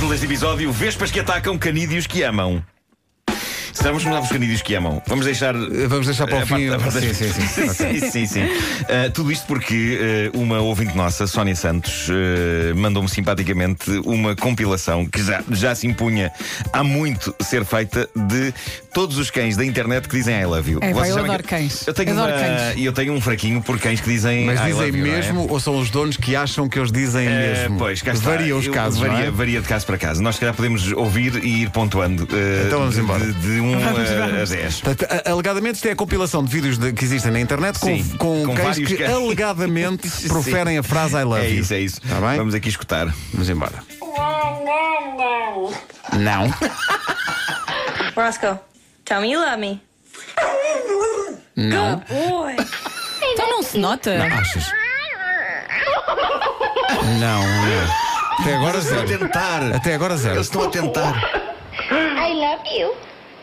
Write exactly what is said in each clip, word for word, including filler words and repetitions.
Título deste episódio: Vespas que atacam canídeos que amam. Estamos a os canídeos que amam. Vamos deixar. Vamos deixar para o fim. Sim, sim, sim. sim, sim, sim. Uh, tudo isto porque uh, uma ouvinte nossa, Sónia Santos, uh, mandou-me simpaticamente uma compilação que já, já se impunha há muito ser feita de todos os cães da internet que dizem I love you. É, vai, eu adoro que cães. Eu tenho, adoro uma, cães. eu tenho um fraquinho por cães que dizem Mas I dizem love you, mesmo, é? ou são os donos que acham que eles dizem Uh, mesmo? pois, cá está. Varia os Eu- casos, varia, não é? varia de caso para caso. Nós, se calhar, podemos ouvir e ir pontuando. uh, Então vamos de, embora. De, de um Vamos, a- vamos. a dez. Portanto, a- alegadamente isto é a compilação de vídeos de- que existem na internet com, Sim, com, com cães vários que cães. alegadamente Sim. proferem a frase I love É you. isso, é isso. Está bem? Vamos aqui escutar. Vamos embora. Não. Roscoe, tell me you love me. Não. Boy. Então não se nota. Achas? Não, não. Até agora Eles estão a zero. tentar. Até agora zero. Eles estão a tentar. I love you.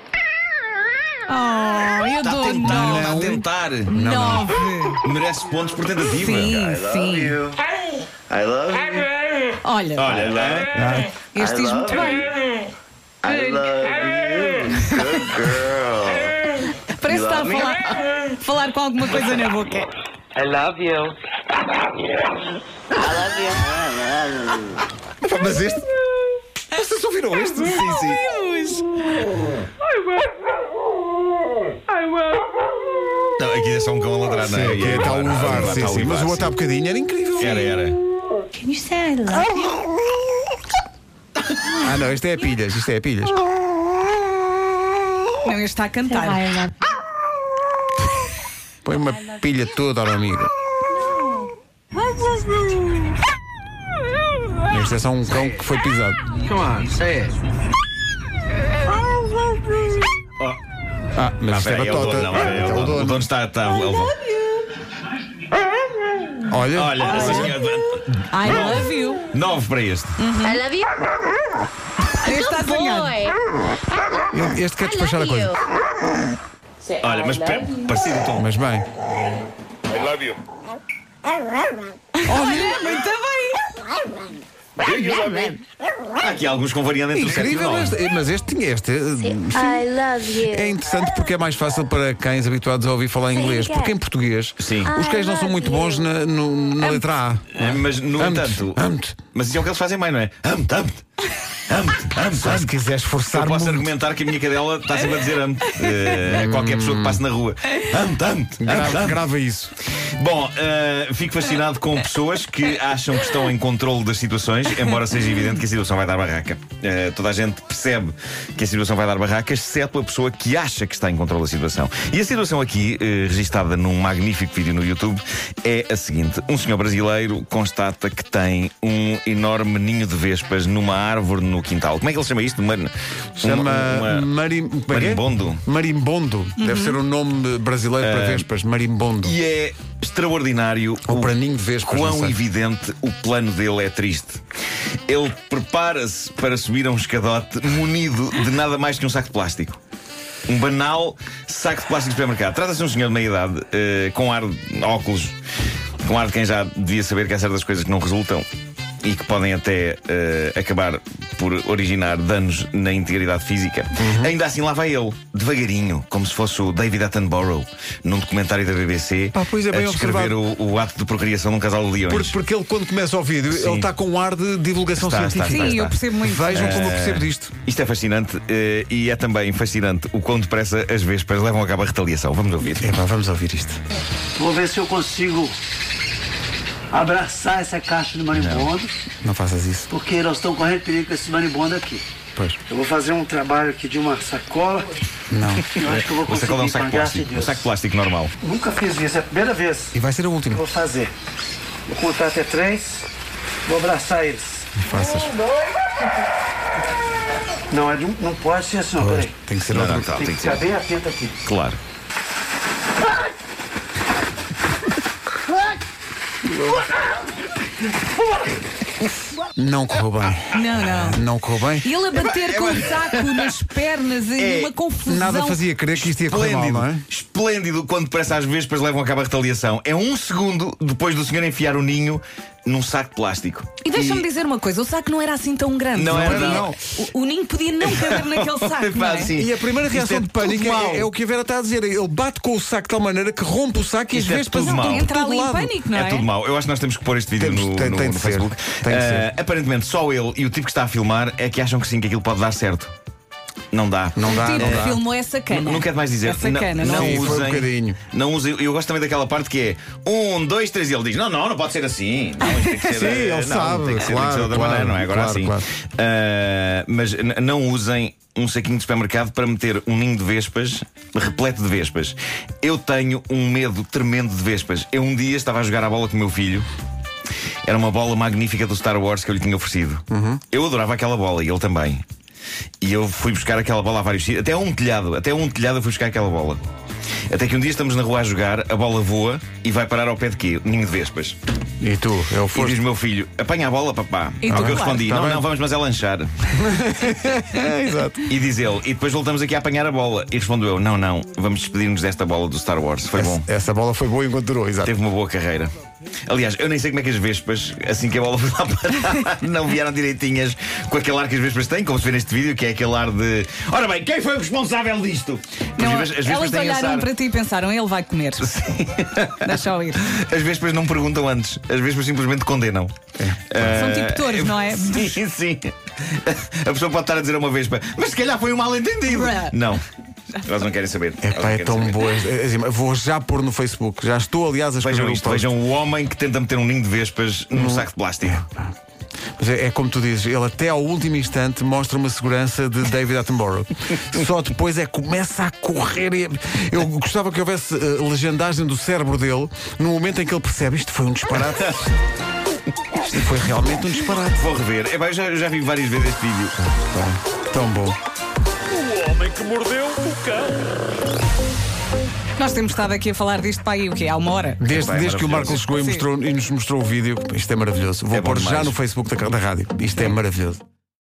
Oh, eu Está a dou tentar, ele está a nove. tentar. Nove. Merece pontos por tentativa. Sim, sim. I love you. Olha, Olha lá. este diz muito bem. I love you. Good girl. Parece que está a falar, falar com alguma coisa na boca. I love you. Mas este. Vocês ouviram este? Sim, sim. Não, aqui é só um cão a ladrar, não é? Sim, que está a uivar, sim, está a sim. uivar, Mas o outro há sim. bocadinho era incrível. Era, era. Can you say I love you? Ah, não, isto é a pilhas, isto é a pilhas. Não, este está a cantar. I love Põe uma pilha toda ao amigo. Este é só um cão que foi pisado. Come on, say it. Ah, mas isto é Peraí, é o batota. dono, não, é, é o É o dono. O dono. dono está. está ele- Olha, Olha, assim, I love you. nove para este. I love you. Este está zangado. Boy. este quer despachar a coisa. Olha, mas pe- parecido o tom. Mas bem. Olha, muito bem. Há aqui alguns com variando entre o sete e o Incrível nove. este. Mas este tinha este. I love you. É interessante porque é mais fácil para cães habituados a ouvir falar inglês. Porque em português, Sim. os cães não são muito bons na, no- na letra A. É, mas, no Amo-te, entanto. amo-te. Mas isso é o que eles fazem bem, não é? Amo-te, amo-te. Amo-te, amo-te. Só se quiseres forçar Eu posso muito. argumentar que a minha cadela está sempre a dizer amo-te. Eh, a qualquer pessoa que passe na rua. Amo-te, amo-te. Grava, amo-te, amo-te. grava isso. Bom, eh, fico fascinado com pessoas que acham que estão em controle das situações, embora seja evidente que a situação vai dar barraca. Eh, toda a gente percebe que a situação vai dar barraca, exceto a pessoa que acha que está em controle da situação. E a situação aqui, eh, registada num magnífico vídeo no YouTube, é a seguinte: um senhor brasileiro constata que tem um enorme ninho de vespas numa árvore no quintal. Como é que ele chama isto? Uma, Chama uma- uma- marim... como é que é? Marimbondo. Marimbondo. Deve ser um nome brasileiro para vespas. Marimbondo. E é extraordinário Ou o para ninho de vespas, não quão sei. evidente o plano dele é triste. Ele prepara-se para subir a um escadote munido de nada mais que um saco de plástico. Um banal saco de plástico de supermercado. Trata-se de um senhor de meia idade, eh, com ar de óculos, com ar de quem já devia saber que há certas coisas que não resultam e que podem até eh, acabar por originar danos na integridade física. Uhum. Ainda assim lá vai ele, devagarinho, como se fosse o David Attenborough, num documentário da B B C, Pá, pois é, bem a descrever observado. o, o ato de procriação de um casal de leões. Por- porque ele, quando começa o vídeo, Sim. ele está com um ar de divulgação Está, está, científica. Sim, está. eu percebo muito. Vejam como eu Eh, percebo disto. Isto é fascinante eh, e é também fascinante o quão depressa as vespas levam a cabo a retaliação. Vamos ouvir. É, pá, vamos ouvir isto. Vou ver se eu consigo abraçar essa caixa de marimbondo, Não faças isso. porque nós estamos correndo perigo com esse marimbondo aqui. Pois. Eu vou fazer um trabalho aqui de uma sacola. Não. Eu acho que eu vou O conseguir, sacola é um com saco a de graça de plástico. Um Deus. saco de plástico normal. Nunca fiz isso, é a primeira vez E vai ser a que eu última. vou fazer. Vou contar até três, vou abraçar eles. Não faças. Não, é de um- não pode ser assim, ó, Pois, peraí. tem que ser Não, outra. não, tá, Tem tem que que ficar ser. bem atento aqui. Claro. Não correu bem. Não, não. Não correu bem. E ele a bater com o saco nas pernas e É, uma confusão. Nada fazia crer que isto ia correr mal, Esplêndido, não é? esplêndido quando parece às vespas levam a cabo a retaliação. É um segundo depois do senhor enfiar o ninho num saco de plástico. E deixa-me dizer uma coisa, o saco não era assim tão grande. Não era, Podia- não. O, o ninho podia não caber naquele saco, não é? Sim. E a primeira Isto reação é de pânico tudo mau. é, é o que a Vera está a dizer. Ele bate com o saco de tal maneira que rompe o saco e Isto as é vespas tudo mau. estão por Entra todo ali em lado. pânico, não É é? tudo mau. Eu acho que nós temos que pôr este vídeo Temos- no, tem- no- tem no de ser. Facebook. Tem de Ah, ser. aparentemente, só ele e o tipo que está a filmar é que acham que sim, que aquilo pode dar certo. Não dá. Não dá, Tipo, não dá. filmou é sacana. Não, não quero mais dizer. É sacana, não, não, não Sim, foi um usem. bocadinho. Não usem. Eu gosto também daquela parte que é um, dois, três e ele diz: Não, não, não pode ser assim. Não, isto tem que ser. Sim, eh, ele não, sabe, Tem que ser, tem que ser claro, de outra claro, maneira, não é? Agora claro, assim. claro. Ah, mas n- não usem um saquinho de supermercado para meter um ninho de vespas repleto de vespas. Eu tenho um medo tremendo de vespas. Eu um dia estava a jogar a bola com o meu filho. Era uma bola magnífica do Star Wars que eu lhe tinha oferecido. Eu adorava aquela bola e ele também. E eu fui buscar aquela bola a vários sítios. Até a um telhado, até a um telhado eu fui buscar aquela bola. Até que um dia estamos na rua a jogar, a bola voa e vai parar ao pé de quê? Ninho de vespas. E tu? É o E foste. diz o meu filho: apanha a bola, papá. E tu, Ao que eu claro. respondi: Tá não, bem. não, vamos, mas é lanchar. É, exato. E diz ele: e depois voltamos aqui a apanhar a bola. E respondo eu: não, não, vamos despedir-nos desta bola do Star Wars. Foi bom. Essa, essa bola foi boa enquanto durou, exato. Teve uma boa carreira. Aliás, eu nem sei como é que as vespas, assim que a bola foi lá parar, não vieram direitinhas com aquele ar que as vespas têm, como se vê neste vídeo, que é aquele ar de: ora bem, quem foi o responsável disto? Porque Não, as vespas elas têm esse olharam ar. para ti e pensaram, ele vai comer. Deixa-o ir. As vespas não perguntam antes, as vespas simplesmente condenam. São tipo touros, não é? Sim, sim. A pessoa pode estar a dizer a uma vespa: mas se calhar foi um mal-entendido. Bruh. Não. Elas não querem saber. Elas Epá, não é querem tão saber. boa. É assim, vou já pôr no Facebook. Já estou, aliás, a escrever Vejam um isto, post. vejam o homem que tenta meter um ninho de vespas num saco de plástico. Mas é, é como tu dizes, ele até ao último instante mostra uma segurança de David Attenborough. Só depois é que começa a correr. E eu gostava que houvesse uh, legendagem do cérebro dele no momento em que ele percebe isto foi um disparate. Isto foi realmente um disparate. Vou rever. É, bem, eu, já, eu já vi várias vezes este vídeo. Tão bom. Nós temos estado aqui a falar disto para aí o quê? Há uma hora? Desde, Epá, é desde que o Marco maravilhoso. chegou e, Sim. mostrou, e nos mostrou o vídeo, isto é maravilhoso. Vou É bom pôr já demais. no Facebook da, da rádio. Isto é maravilhoso.